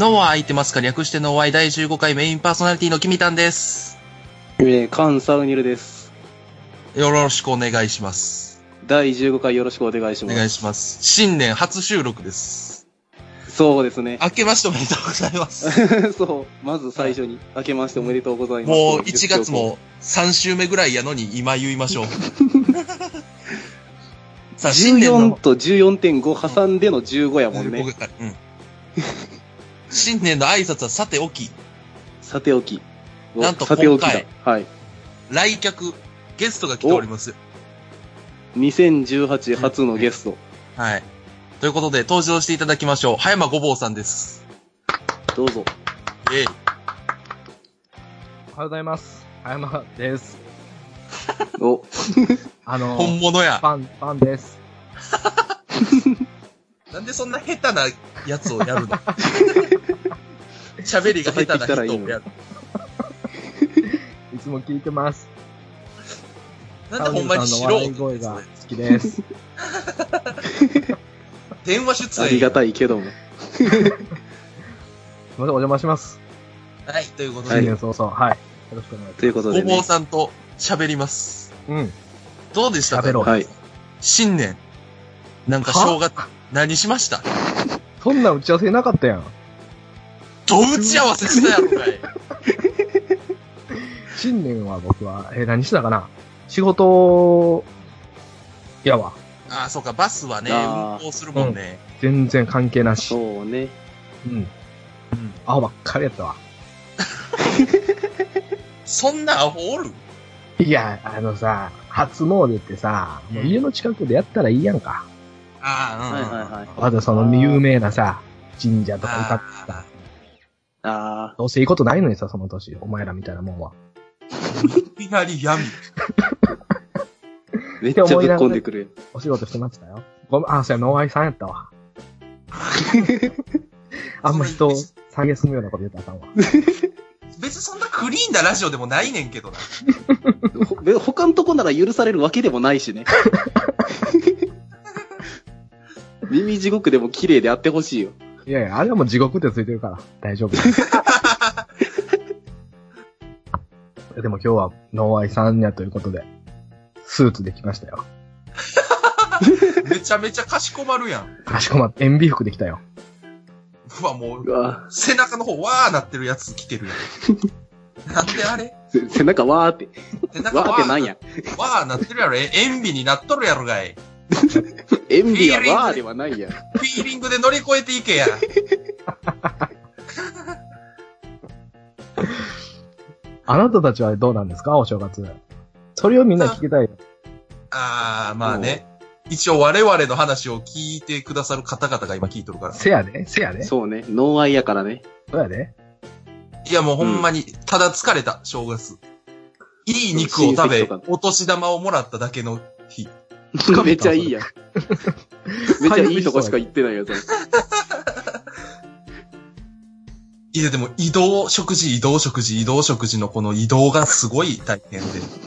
ノア空いてますか、略してノアイ第15回メインパーソナリティのキミタンです。 カンサウニルです。 よろしくお願いします。 第15回よろしくお願いします。 お願いします。新年初収録です。 そうですね。 明けましておめでとうございます。 そう、まず最初に、明けましておめでとうございます。 もう1月も3週目ぐらいやのに今言いましょう。 さあ、14と 14.5 挟んでの15やもんね。 うん。新年の挨拶はさておき。 さておき。 なんと今回、 はい。 来客、ゲストが来ております。 2018初のゲスト。 はい。ということで、登場していただきましょう。葉山ごぼうさんです。 どうぞ。 おはようございます。葉山です。 お。 本物や。 ファンです。 なんでそんな下手なやつをやるの？喋りが下手な人をやる。 いつも聞いてます。 なんでほんまに素人笑い声が好きです。 電話出演。 ありがたいけども。 すいません、お邪魔します。 はい、ということで。 新年早々、はい。よろしくお願いします。 ということで、 ごぼうさんと喋ります。 うん。 どうでしたか？ 喋ろう。 はい。 新年。なんか正月、何しました？ そんな打ち合わせなかったやん。 どう打ち合わせしたやろかい。 新年は僕は、何したかな？仕事、やわ。 ああ、そうか、バスはね、運行するもんね。 全然関係なし。 そうね。 うん。アホばっかりやったわ。 そんなアホおる？ いや、初詣ってさ、もう家の近くでやったらいいやんか。 ああ、うん。 はいはいはい。 まだその有名なさ、神社とか歌ってさ。 ああ。 どうせいいことないのにさ、その年。お前らみたいなもんは。 いきなり闇。 めっちゃぶっ込んでくる。 お仕事してましたよ。そうや、ノーアイさんやったわ。あんま人を蔑むようなこと言ったらあかんわ。 別にそんなクリーンなラジオでもないねんけどな。 他のとこなら許されるわけでもないしね。耳地獄でも綺麗であってほしいよ。 いやいや、あれはもう地獄ってついてるから、大丈夫。でも今日はノーアイさんやということで、スーツで来ましたよ。 めちゃめちゃかしこまるやん。 かしこまって、塩ビ服で来たよ。 うわ、もう、背中の方わーなってるやつ着てるやん。なんであれ？ 背中わーって。 背中わーってなんや。 わーなってるやろ。塩ビになっとるやろがい。 塩ビはわーではないや。 フィーリングで乗り越えていけや。 あなたたちはどうなんですか、お正月。それをみんな聞きたいよ。 あー、まあね。一応我々の話を聞いてくださる方々が今聞いとるから。 せやで。 そうね。ノーアイやからね。 そうやで。 いやもうほんまに、ただ疲れた、正月。いい肉を食べ、お年玉をもらっただけの日。 めっちゃいいやん。めっちゃいいとこしか行ってないやつ。 いやでも食事のこの移動がすごい大変で。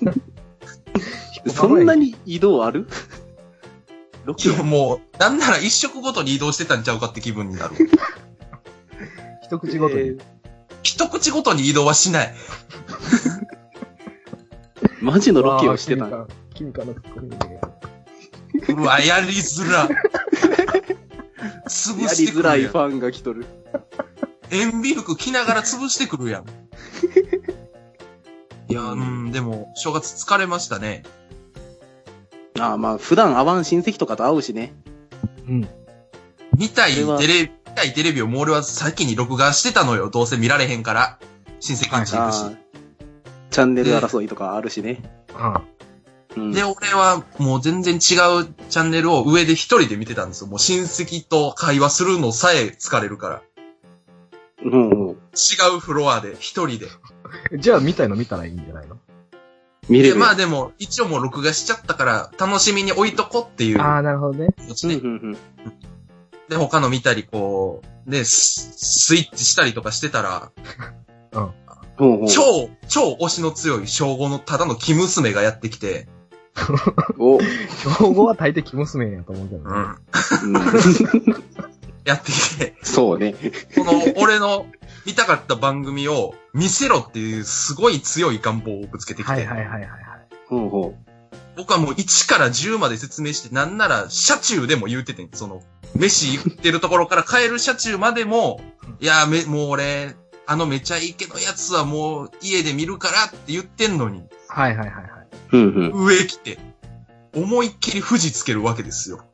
そんなに移動ある？ いやもう、なんなら一食ごとに移動してたんちゃうかって気分になる。 一口ごとに。 一口ごとに移動はしない。 マジのロケをしてた。 君からのツッコミで。 うわ、やりづら。潰してくるやん。 やりづらいファンが来とる。 塩ビ服着ながら潰してくるやん。いや、でも、正月疲れましたね。 ああ、まあ、普段会わん親戚とかと会うしね。 うん。 見たいテレビをもう俺は先に録画してたのよ。どうせ見られへんから。親戚んち行くし。 チャンネル争いとかあるしね。 で、俺はもう全然違うチャンネルを上で一人で見てたんですよ。もう親戚と会話するのさえ疲れるから。違うフロアで一人で。 じゃあ見たいの見たらいいんじゃないの？ 見れる。 まあでも、一応もう録画しちゃったから、楽しみに置いとこっていう。 ああ、なるほどね。 で、他の見たり、こう、で、スイッチしたりとかしてたら、超推しの強い小5のただの生娘がやってきて、 小5は大抵生娘やと思うけどね。 やってきて、 そうね。 この俺の見たかった番組を見せろっていうすごい強い願望をぶつけてきて、 はいはいはいはいはい。 ほうほ僕はもう1から10まで説明して、なんなら車中でも言うててん。その、飯行ってるところから帰る車中までも、いや、もう俺、めちゃイケのやつはもう家で見るからって言ってんのに、 はいはいはいはい。 う。 上来て、思いっきり富士つけるわけですよ。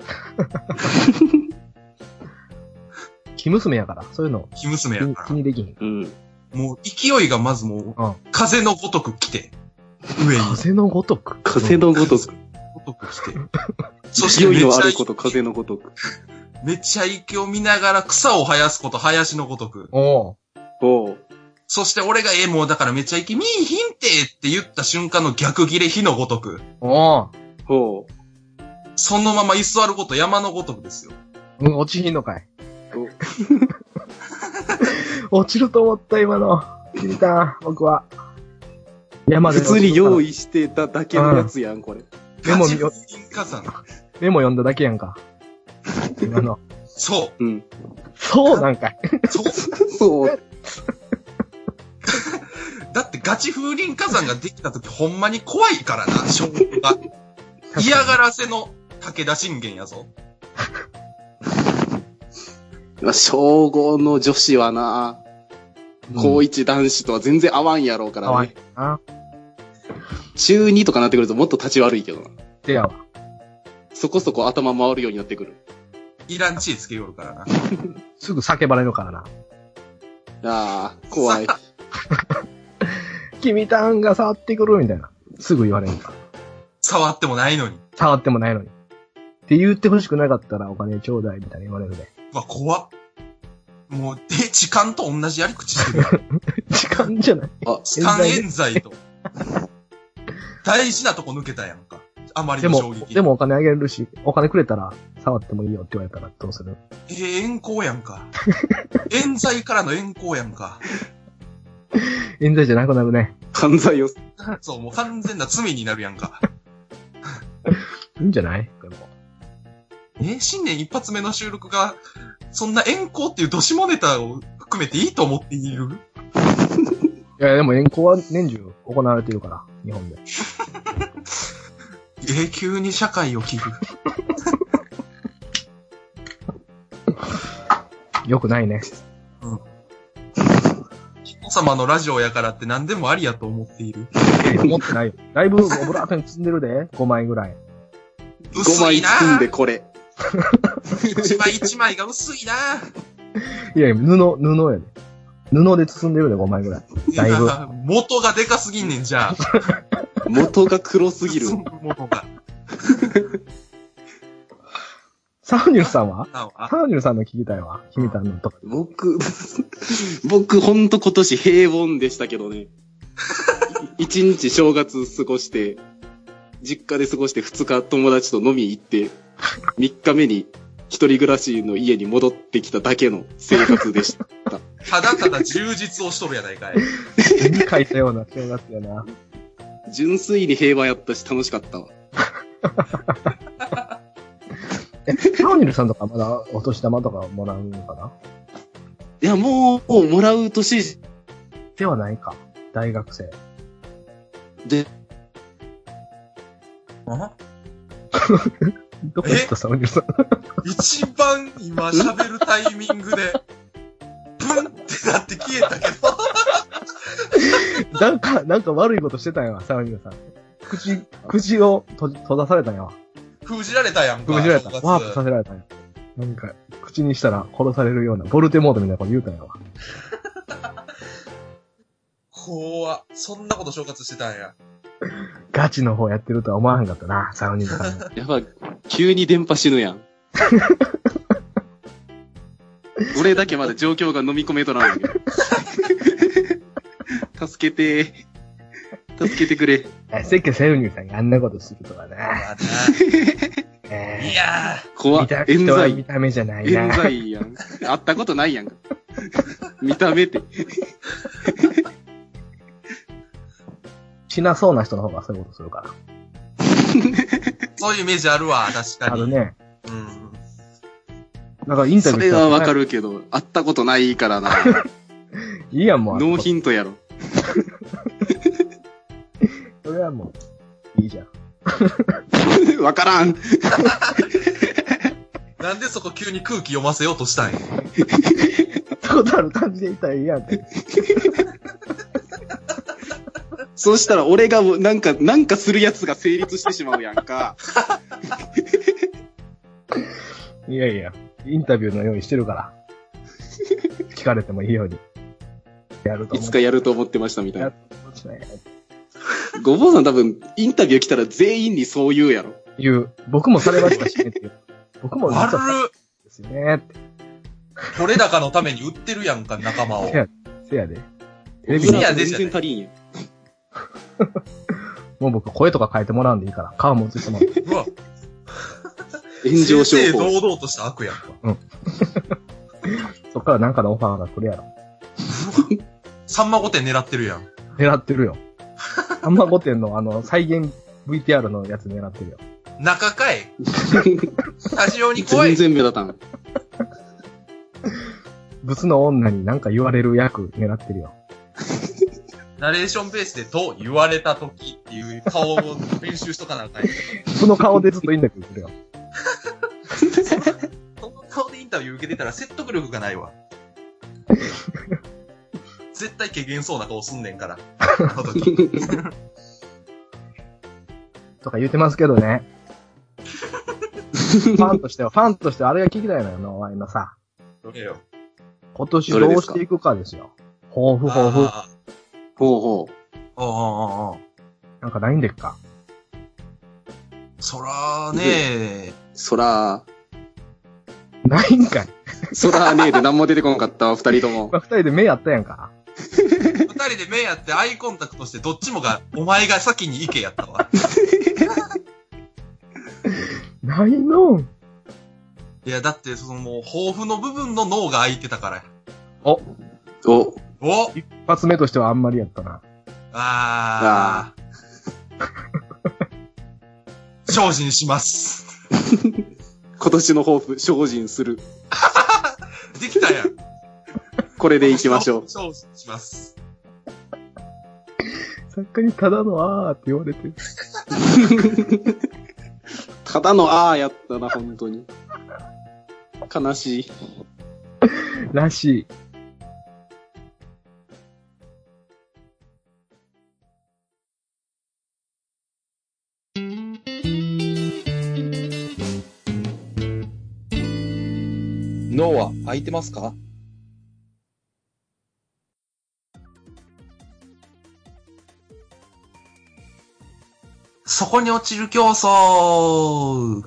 生娘やから、そういうの。 生娘やから。 気にできひん。 うん。 もう勢いがまずもう、 うん。 風のごとく来て、上に。 風のごとく。 風のごとく。 ごとく来て。そして勢いめちゃイケのあること、風のごとく。 めちゃイケを見ながら草を生やすこと、林のごとく。 おう。 おう。 そして俺がもうだからめちゃイケ見いひんてって言った瞬間の逆切れ火のごとく。 おう。 ほそのまま居座ること山のごとくですよ。 うん、落ちひんのかい。 う。 落ちると思った今の。知りた僕は。山で。 普通に用意してただけのやつやん、これ。 メモよガチ風林火山。 メモ読んだだけやんか。今の。 そうん。 そうなんかい。 う。そう。 そう。 だってガチ風林火山ができた時ほんまに怖いからな、証拠が。嫌がらせの武田信玄やぞ。 小5の女子はな、高1男子とは全然合わんやろうからかわいいね。 な。 中2とかなってくるともっと立ち悪いけどな。 てやわ。 そこそこ頭回るようになってくる。 いらん知恵つけよるからな。 すぐ叫ばれるからな。 ああ、怖い。 君たんが触ってくるみたいな。すぐ言われるから。 触ってもないのに。 触ってもないのに。って言ってほしくなかったらお金ちょうだいみたいに言われるで。 うわ、怖っ。もう、時間と同じやり口してる。 時間じゃない。 あ、 時間冤罪と。大事なとこ抜けたやんか。あまりでの衝撃。 もお金あげるし、お金くれたら触ってもいいよって言われたらどうする？ 冤行やんか。冤罪からの冤行やんか。 冤罪じゃなくなるね。 犯罪を。 そう、もう完全な罪になるやんか。 いいんじゃない？でも。 新年一発目の収録が、そんな冤行っていうどしもネタを含めていいと思っている？ いや、でも遠行は年中行われてるから、日本で。 永久に社会を切る。 よくないね。 うん。人様のラジオやからって何でもありやと思っている。 思ってないよ。だいぶオブラートに積んでるで、5枚ぐらい。 5 薄いな枚包んでこれ。 一枚一枚が薄いないやいや、布やで。布で包んでるで、5枚ぐらい。だいぶ。 元がでかすぎんねん、じゃあ。 元が黒すぎる。 元が。 サーニュルさんはあサーニュルさんの聞きたいわ。君たんのとか。 僕ほんと今年平凡でしたけどね。1日正月過ごして、実家で過ごして2日友達と飲み行って、3日目に一人暮らしの家に戻ってきただけの生活でした。 ただただ充実をしとるやないかい。 絵に描いたような正月やな。 純粋に平和やったし楽しかったわ。 サーニュルさんとかまだお年玉とかもらうのかな？ いや、もうもらう年ではないか。大学生。 で、 あどこ行ったサーニュルさん。 一番今喋るタイミングで、ブンってなって消えたけど。 なんか悪いことしてたんやわ、サーニュルさん。口を閉ざされたんやわ。 封じられたやんか。 封じられた。ワープさせられたんや。なんか、口にしたら殺されるような、ボルテモードみたいなこと言うたんやわ。 怖っ。そんなこと正月してたんや。 ガチの方やってるとは思わへんかったな、サーニュルさんも。 やばい、急に電波死ぬやん。俺だけまだ状況が飲み込めとらんやけど。助けてくれ。 せっけサーニュルさんがあんなことするとはな。 いや怖っ。 人は見た目じゃないな。 冤罪やん。会ったことないやんか。見た目って。 しなそうな人の方がそういうことするから。 そういうイメージあるわ、確かに。 あるね。 うん。 なんかインタビューそれはわかるけど、会ったことないからな。 いいやん、もう。 ノーヒントやろ。 それはもう、いいじゃん。 わからん。 なんでそこ急に空気読ませようとしたんや。 そうなる感じでいたらいいやんって。 そうしたら俺がなんかするやつが成立してしまうやんか。 いやいや、インタビューの用意してるから。聞かれてもいいように。やると思う。 いつかやると思ってましたみたいな。 やると思ってない。 ごぼうさん多分、インタビュー来たら全員にそう言うやろ。 言う。僕もされましたしねっていう。僕も悪っですよねって。 取れ高のために売ってるやんか、仲間を。 せやで。 テレビやで全然足りんやん。 もう僕声とか変えてもらうんでいいから。顔も映してもらう。 うわ。 炎上商正法。 々々とした悪やんか。 うん。そっからなんかのオファーが来るやろ。 さんま御殿狙ってるやん。 狙ってるよ。さんま御殿の再現 VTR のやつ狙ってるよ。 中かいスタジオに来い。 全然目立たん。 ブスの女に何か言われる役狙ってるよ。 ナレーションベースでと言われた時っていう顔を練習しとかなあかんやん。 その顔でずっとインタビューするよ。 その顔でインタビュー受けてたら説得力がないわ。絶対怪げんそうな顔すんねんから。その時とか言ってますけどね。ファンとしてはあれが聞きたいのよ、お前のさ。 どれよ。 今年どうしていくかですよ。抱負。 ほうほああ。 なんかないんでっか。 そらーねそらないんかい。 そらねえで何も出てこんかったわ、二人とも。 二人で目やったやんか。 二人で目やってアイコンタクトしてどっちもがお前が先に行けやったわ。 ないのん。 いや、だってそのもう抱負の部分の脳が空いてたから。 お。 一発目としてはあんまりやったな。 精進します。 今年の抱負、精進する。 できたやん。 これでいきましょう。 精進します。 作家にただのって言われてる。 ただのやったな、本当に。悲しい。 らしい。 脳は空いてますか？そこに落ちる競争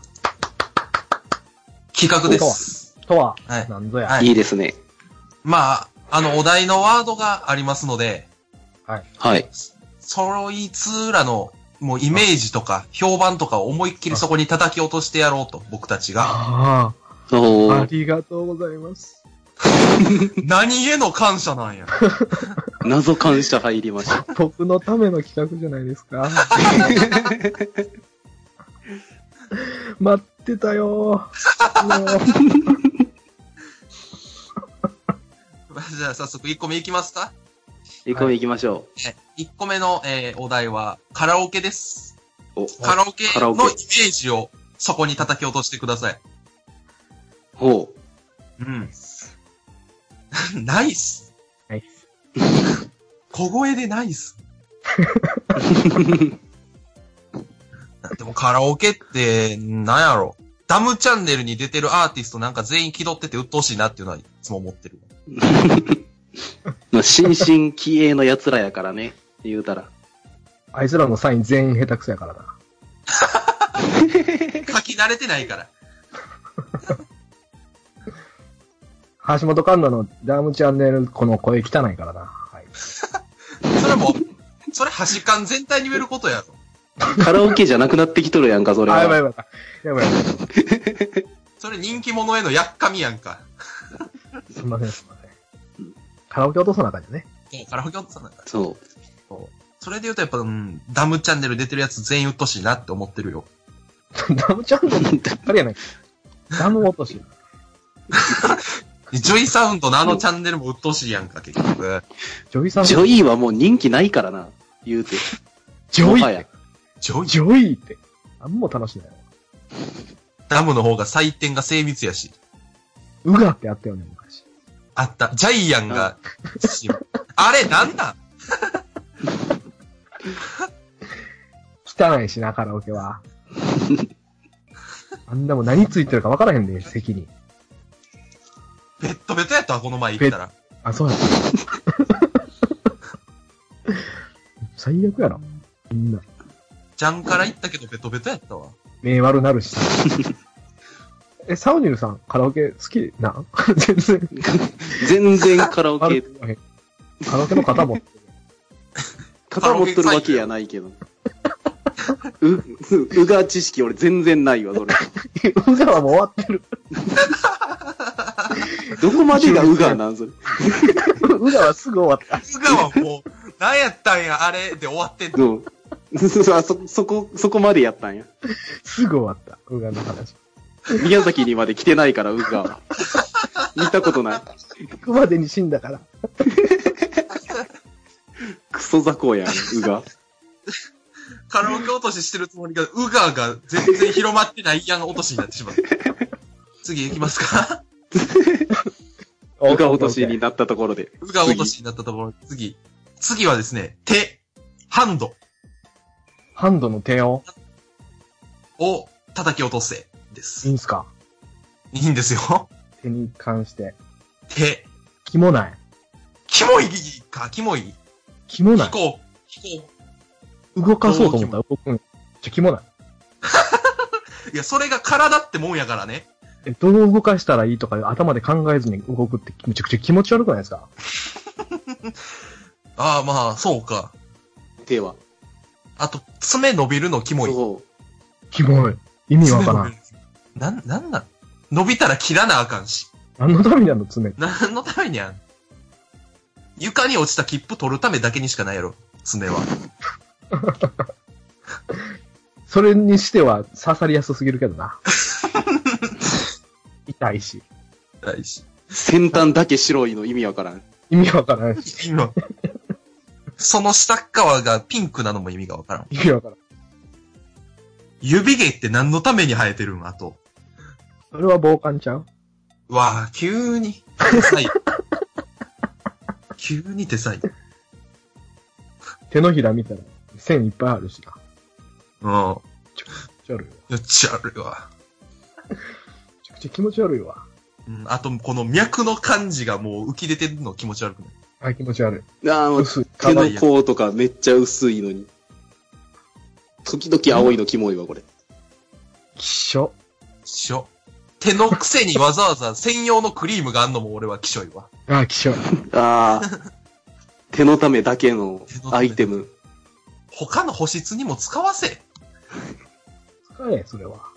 企画です。 とは、 はい。 なんぞや。 はい。 いいですね。 まあ、お題のワードがありますので、 はい。 はい。 そいつらの、もうイメージとか、評判とかを思いっきりそこに叩き落としてやろうと、僕たちが。 ありがとうございます。 何への感謝なんや。 謎感謝入りました。 僕のための企画じゃないですか。待ってたよじゃあ早速1個目いきますか。 1個目いきましょう。1個目の、お題はカラオケです。カラオケのイメージをそこに叩き落としてください。 ほう。うん。ナイス。 ナイス。小声でナイス。でもカラオケって、なんやろ。ダムチャンネルに出てるアーティストなんか全員気取ってて鬱陶しいなっていうのはいつも思ってる。 新進気鋭の奴らやからね、言うたら。 あいつらのサイン全員下手くそやからな。 書き慣れてないから。 橋本環奈のダムチャンネル、この声汚いからな。はい。 それも、それ橋勘全体に言えることやろ。 カラオケじゃなくなってきとるやんか、それは。 やばい。 それ人気者へのやっかみやんか。 すみません。カラオケ落とさなあかんよね。 カラオケ落とさなあかん。 そう。 それで言うとやっぱ、ダムチャンネル出てるやつ全員鬱陶しいなって思ってるよ。 ダムチャンネルってあれやないダム落とし。 ジョイサウンドのあのチャンネルも鬱陶しいやんか、結局。 ジョイサウンド。 ジョイはもう人気ないからな、言うて。 ジョイもはやジョイジョイって。あんま楽しないよ。 ダムの方が採点が精密やし。 ウガってあったよね、昔。 あった。ジャイアンが、あれなんなん汚いしな、カラオケは。あんなもん何ついてるか分からへんで、席に。 ベッドベトやったわ、この前行ったら。 あ、そうやった。最悪やろ。みんな。 ジャンから行ったけどベトベトやったわ。 目悪なるし。サウニルさん、カラオケ好きな全然。 全然カラオケ。 カラオケの型持ってる。 型持ってるわけやないけど。うが知識俺全然ないわ、それ。 うがはもう終わってる。 どこまでがうがなんそれ。 うがはすぐ終わった。 うがはもう、何やったんや、あれで終わってんの。 そこまでやったんや。 すぐ終わった、うがの話。 宮崎にまで来てないから、うがは。見たことない。 行くまでに死んだから。 クソ雑魚やん、うが。 カラオケ落とししてるつもりが、ウガが全然広まってないやん落としになってしまう。次行きますかうが落としになったところで。 うが落としになったところで、次はですね、ハンド。 ハンドの手を叩き落とせ。です。 いいんすか？ いいんですよ。 手に関して。 キモない。キモいか、キモい。 キモない。 引こう。動かそうと思ったら動くん。キモない。 いや、それが体ってもんやからね。 どう動かしたらいいとか頭で考えずに動くってめちゃくちゃ気持ち悪くないですか？ ああ、まあ、そうか。 手は。 あと、爪伸びるのキモい。 そう。 キモい。意味わからん。 なん伸びたら切らなあかんし。 何のためにあんの爪。 何のためにあん床に落ちた切符取るためだけにしかないやろ、爪は。 それにしては刺さりやすすぎるけどな。痛いし。 先端だけ白いの意味わからん。 意味わからんし。 その下側がピンクなのも意味がわからん。 意味わからん。 指毛って何のために生えてるんあと。 それは防寒ちゃう？ うわぁ、急に手細。急に手細。 手のひら見たら線いっぱいあるしな。 うん。 ちょっと悪いわ。 めっちゃ悪いわ。 めちゃくちゃ気持ち悪いわ。 うん、あと、この脈の感じがもう浮き出てるの気持ち悪くない？ あ、気持ち悪い。 薄い。手の甲とかめっちゃ薄いのに。時々青いのキモいわ、これ。 きしょ。 手のくせにわざわざ専用のクリームがあんのも俺はきしょいわ。 あ、きしょ。 ああ。手のためだけのアイテム。 他の保湿にも使わせ。 使え、それは。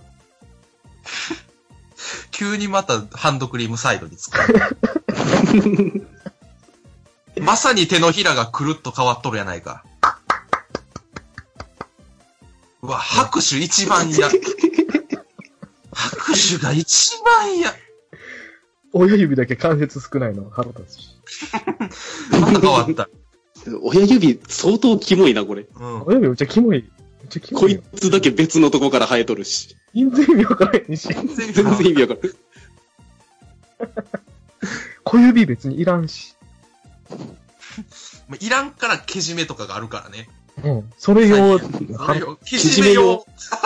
急にまたハンドクリームサイドに使う。まさに手のひらがくるっと変わっとるやないか。うわ、拍手一番嫌。拍手が一番嫌。 親指だけ関節少ないの腹立つし。 また変わった。 親指相当キモいな、これ。 うん、親指めっちゃキモい。めっちゃキモい。こいつだけ別のとこから生えとるし。 全然意味わからへんし。 全然意味わからん。 小指別にいらんし。 いらんからけじめとかがあるからね。 うん。それ用。 けじめ用。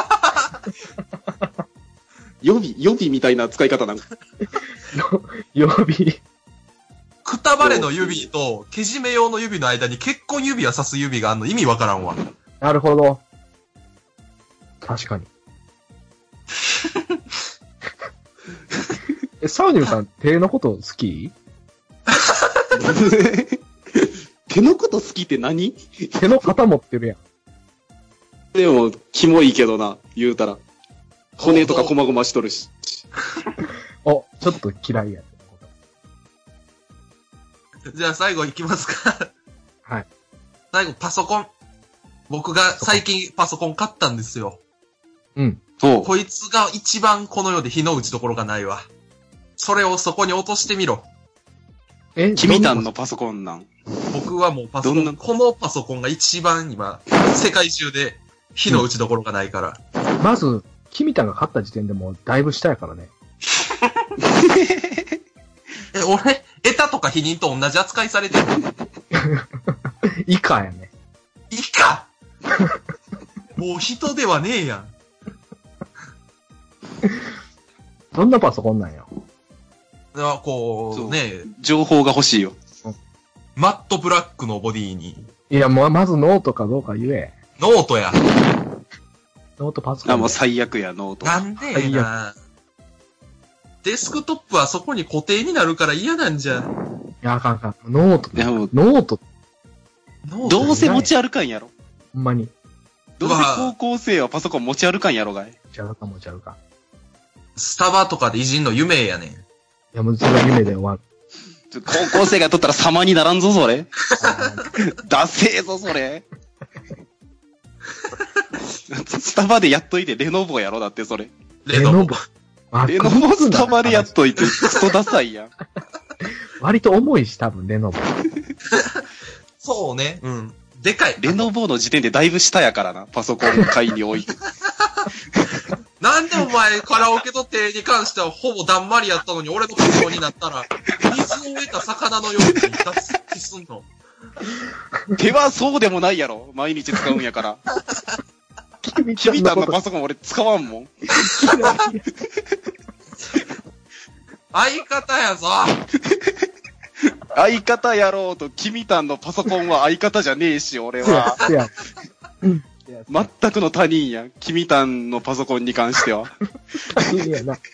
予備みたいな使い方なんか。 予備。 くたばれの指とけじめ用の指の間に結婚指輪刺す指があんの意味わからんわ。 なるほど。確かに。サウニルさん、手のこと好き？ 手のこと好きって何？ 手の型持ってるやん。 でも、キモいけどな、言うたら。骨とかこまごましとるし。 お、ちょっと嫌いや。 じゃあ最後いきますか。 はい。 最後、パソコン。僕が最近パソコン買ったんですよ。 うん。 こいつが一番この世で火の打ちどころがないわ。 それをそこに落としてみろ。 君たんのパソコンなん。 僕はもうパソコン、このパソコンが一番今、世界中で火の打ちどころがないから。 まず、君たんが勝った時点でもうだいぶ下やからね。 俺、エタとか否認と同じ扱いされてる。 以下やね。 以下もう人ではねえやん。 どんなパソコンなんや。 こう、ね情報が欲しいよ。 マットブラックのボディに。 いや、もうまずノートかどうか言え。 ノートや。 ノートパソコン。 もう最悪や、ノート。 なんでやな。デスクトップはそこに固定になるから嫌なんじゃ。いや、あかんあかん。ノート。ノート。 どうせ持ち歩かんやろ。 ほんまに。 どうせ高校生はパソコン持ち歩かんやろがい。 持ち歩かん持ち歩かん。 スタバとかでいじんの夢やねん。いや、もうそれは夢で終わる。 高校生が取ったら様にならんぞ、それ。ダセーぞ、それ。スタバでやっといて、レノボやろ、だって、それ。 レノボスタバでやっといて、クソダサいやん。 割と重いし、多分、レノボ。 そうね。うん。でかい。 レノボの時点でだいぶ下やからな、パソコン買いに置いて。 なんでお前、カラオケと手に関してはほぼだんまりやったのに、俺のパソコンになったら、水を得た魚のように脱出すんの。 手はそうでもないやろ。毎日使うんやから。君たんのパソコン俺使わんもん。 相方やぞ。 相方やろうと、君たんのパソコンは相方じゃねえし、俺は。全くの他人や。君たんのパソコンに関しては。 他人やな。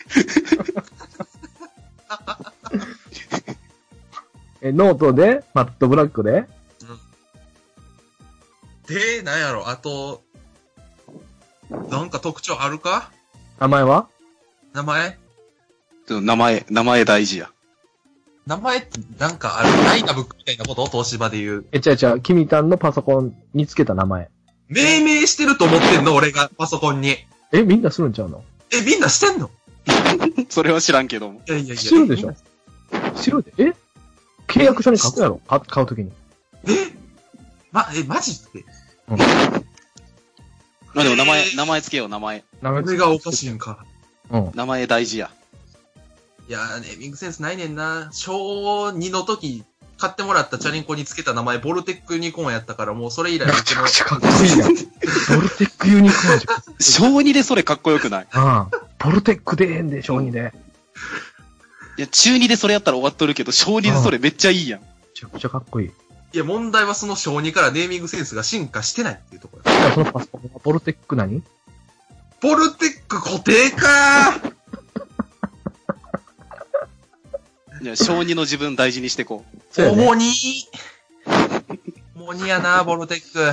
ノートでマットブラックで、 で、なんやろ、あと、なんか特徴あるか？ 名前は？ 名前大事や。 名前ってなんかある？ライナブックみたいなことを東芝で言う。 違う、君たんのパソコンにつけた名前。 命名してると思ってんの俺がパソコンに。 みんなするんちゃうの？ みんなしてんの？ それは知らんけども。 いや。 知るでしょ？知るで。契約書に書くやろ？買うときに。 マジで？ うん。まあでも名前つけよう、名前。 名前がおかしいんか。 うん。 名前大事や。 いやー、ネーミングセンスないねんな。小2の時、買ってもらったチャリンコにつけた名前、ボルテックユニコーンやったから、もうそれ以来。 めちゃくちゃかっこいいやん。ボルテックユニコーンじゃん。 小2でそれかっこよくない？ ボルテックでええんで、小2で。 いや、中2でそれやったら終わっとるけど、小2でそれめっちゃいいやん。 めちゃくちゃかっこいい。 いや、問題はその小2からネーミングセンスが進化してないっていうところ。 そのパソコンはボルテック何？ ボルテック固定かー。 いや、小2の自分大事にしてこう。 重にやな、ボルテック。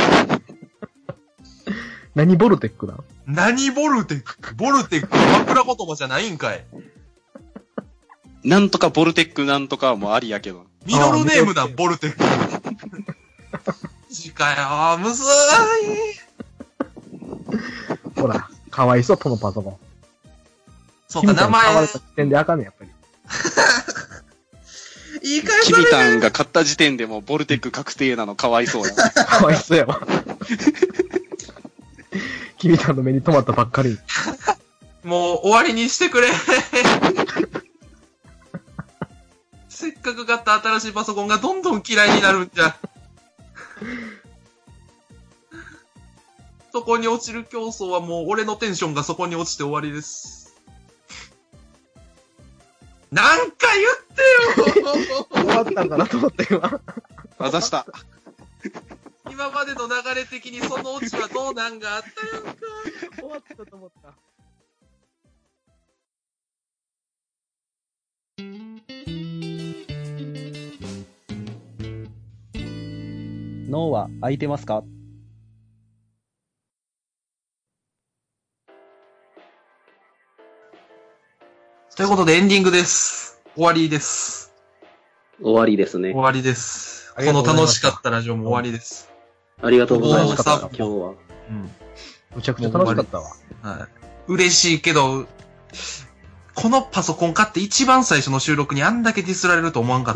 何ボルテックだ？ 何ボルテック？ボルテックは枕言葉じゃないんかい。 なんとかボルテックなんとかもありやけど。 ミドルネームだ、ボルテック。かよ、むずほら、かわいそう、このパソコン。 そうか、名前。 買われた時点であかんねん、やっぱり。 言い返されキビタンが買った時点でもうボルテック確定なのかわいそうや。 かわいそうやわ。キビタンの目に留まったばっかり。 もう終わりにしてくれ。せっかく買った新しいパソコンがどんどん嫌いになるんじゃ。そこに落ちる競争はもう俺のテンションがそこに落ちて終わりです。なんか言ってよ。 終わったんかなと思って今。 あざした。 今までの流れ的にそのオチはどうなんがあったやんか。 終わったと思った。 脳は空いてますか？ ということでエンディングです。終わりです。 終わりですね。 終わりです。この楽しかったラジオも終わりです。 ありがとうございました。 今日は。 うん。むちゃくちゃ楽しかったわ。 はい。嬉しいけど、 このパソコン買って一番最初の収録にあんだけディスられると思わんかった。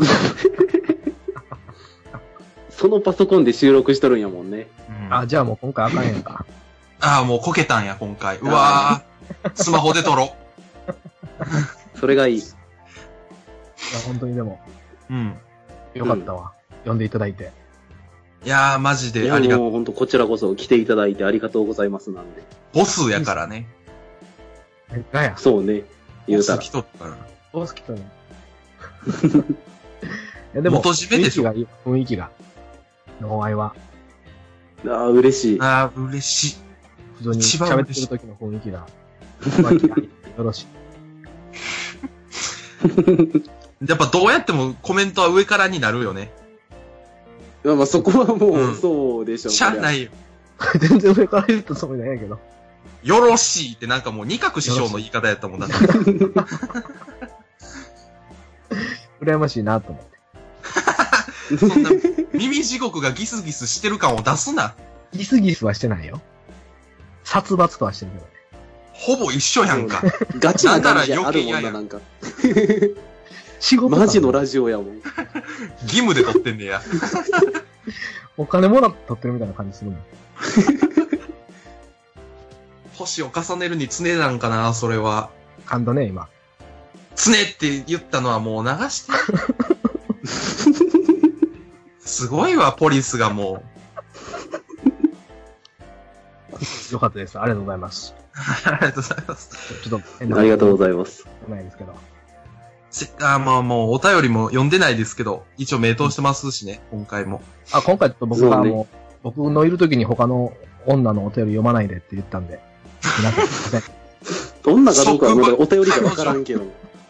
そのパソコンで収録しとるんやもんね。 あ、じゃあもう今回あかんやんか。 ああ、もうこけたんや、今回。うわぁ、スマホで撮ろう。それがいい。 いや、本当にでも。 うん。 よかったわ。呼んでいただいて。 いやー、マジでありがとう。もう本当こちらこそ来ていただいてありがとうございますなんで。 ボスやからね。 なんや。 そうね。言うたら。 ボス来とったから。 ボス来とる。いやでも、 元締めでしょ。 雰囲気が。のお愛は。 ああ、嬉しい。 ああ、嬉しい。 普通に喋ってる時の雰囲気が。雰囲気がよろしい。 やっぱどうやってもコメントは上からになるよね。 まあそこはもう、そうでしょう。 しゃあないよ。 全然上から言ったつもりないんやけど。 よろしいってなんかもう二角師匠の言い方やったもんだって。 羨ましいなと思って。 そんな耳地獄がギスギスしてる感を出すな。 ギスギスはしてないよ。殺伐とはしてるけどね。 ほぼ一緒やんか。 ガチな感じあるもんな、なんか。 仕事マジのラジオやもん。 義務で撮ってんねや。 お金もらって撮ってるみたいな感じするもん。 星を重ねるに常なんかな、それは。 噛んだね、今。 常って言ったのはもう流して。すごいわ、ポリスがもう。よかったです。ありがとうございます。 ありがとうございます。 ちょっと、 ありがとうございます。 ないですけど。 まあもうお便りも読んでないですけど、一応名答してますしね、今回も。 あ、今回ちょっと僕がもう、僕のいる時に他の女のお便り読まないでって言ったんで。皆さんすいません。 女かどうかはまだお便りかわからんけど。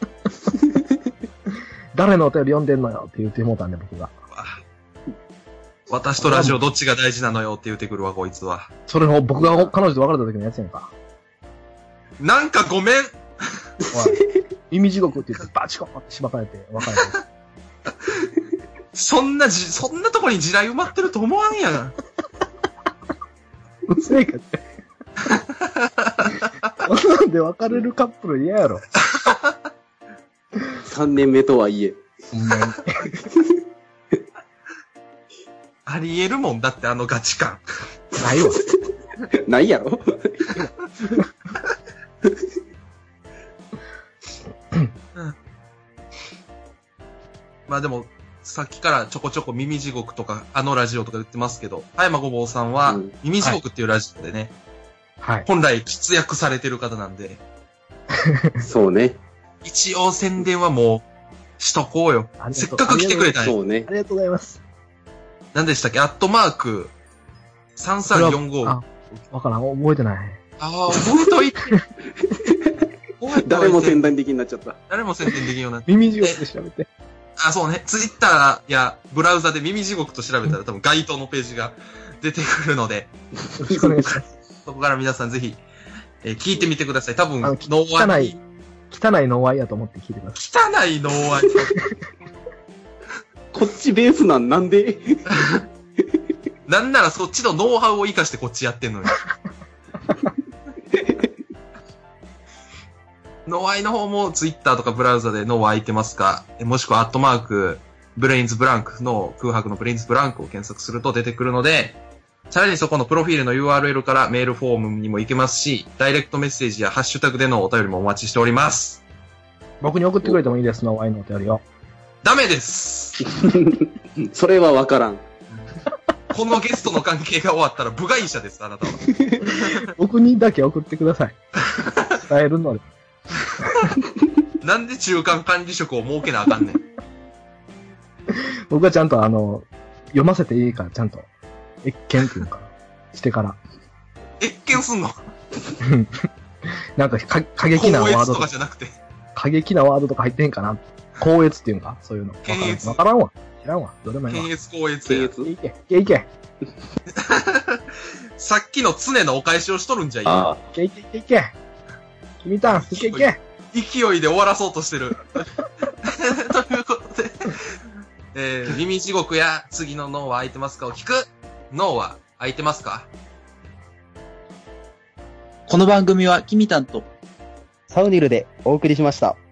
誰のお便り読んでんのよって言ってもうたんで、僕が。 私とラジオどっちが大事なのよって言ってくるわ、こいつは。 それを僕が彼女と別れた時のやつやんか。 なんかごめん。 おい、耳地獄って言ってバチコーってしばかれて別れて。 そんなとこに地雷埋まってると思わんやん。 うせえかって。なんで別れるカップル嫌やろ。 3年目とはいえ。 ありえるもんだってあのガチ感。 ないわ。 ないやろ。 まあでも、さっきからちょこちょこ耳地獄とか、あのラジオとか言ってますけど、葉山ごぼうさんは、耳地獄っていうラジオでね、 はい。 本来活躍されてる方なんで、 そうね。 一応宣伝はもう、しとこうよ。せっかく来てくれたんや。 そうね。 ありがとうございます。 何でしたっけ@3345。 あ、わからん。覚えてない。 ああ、覚えといて。 誰も宣伝的になっちゃった。 誰も宣伝できんようになって。 耳地獄で調べて。 あ、そうね。ツイッターやブラウザで耳地獄と調べたら多分該当のページが出てくるので。 よろしくお願いします。 そこから皆さんぜひ、聞いてみてください。多分、ノーアイ。 汚いノーアイやと思って聞いてください。汚いノーアイ。 こっちベースなんでなんならそっちのノウハウを活かしてこっちやってんのよ。ノーアイの方もツイッターとかブラウザでノーアイってますか、もしくはブレインズブランクの空白のブレインズブランクを検索すると出てくるので、さらにそこのプロフィールの URL からメールフォームにも行けますし、ダイレクトメッセージやハッシュタグでのお便りもお待ちしております。 僕に送ってくれてもいいです、ノーアイのお便りを。 ダメです。 それはわからん。 このゲストの関係が終わったら部外者です、あなたは。 僕にだけ送ってください。伝えるので。 なんで中間管理職を設けなあかんねん。 僕はちゃんと読ませていいから、ちゃんと、越見っていうか、してから。 越見すんのなんか、過激なワードとかじゃなくて。 過激なワードとか入ってへんかな。高越っていうんかそういうの。わからんわ。知らんわ。どれもいいわ。 検閲高越や。 いけ。いけ。 さっきの常のお返しをしとるんじゃいああ。 いけ。君たん、いけ。 勢いで終わらそうとしてる。ということで、耳地獄や次の脳は空いてますかを聞く。脳は空いてますか。 この番組はキミタンとサウニルでお送りしました。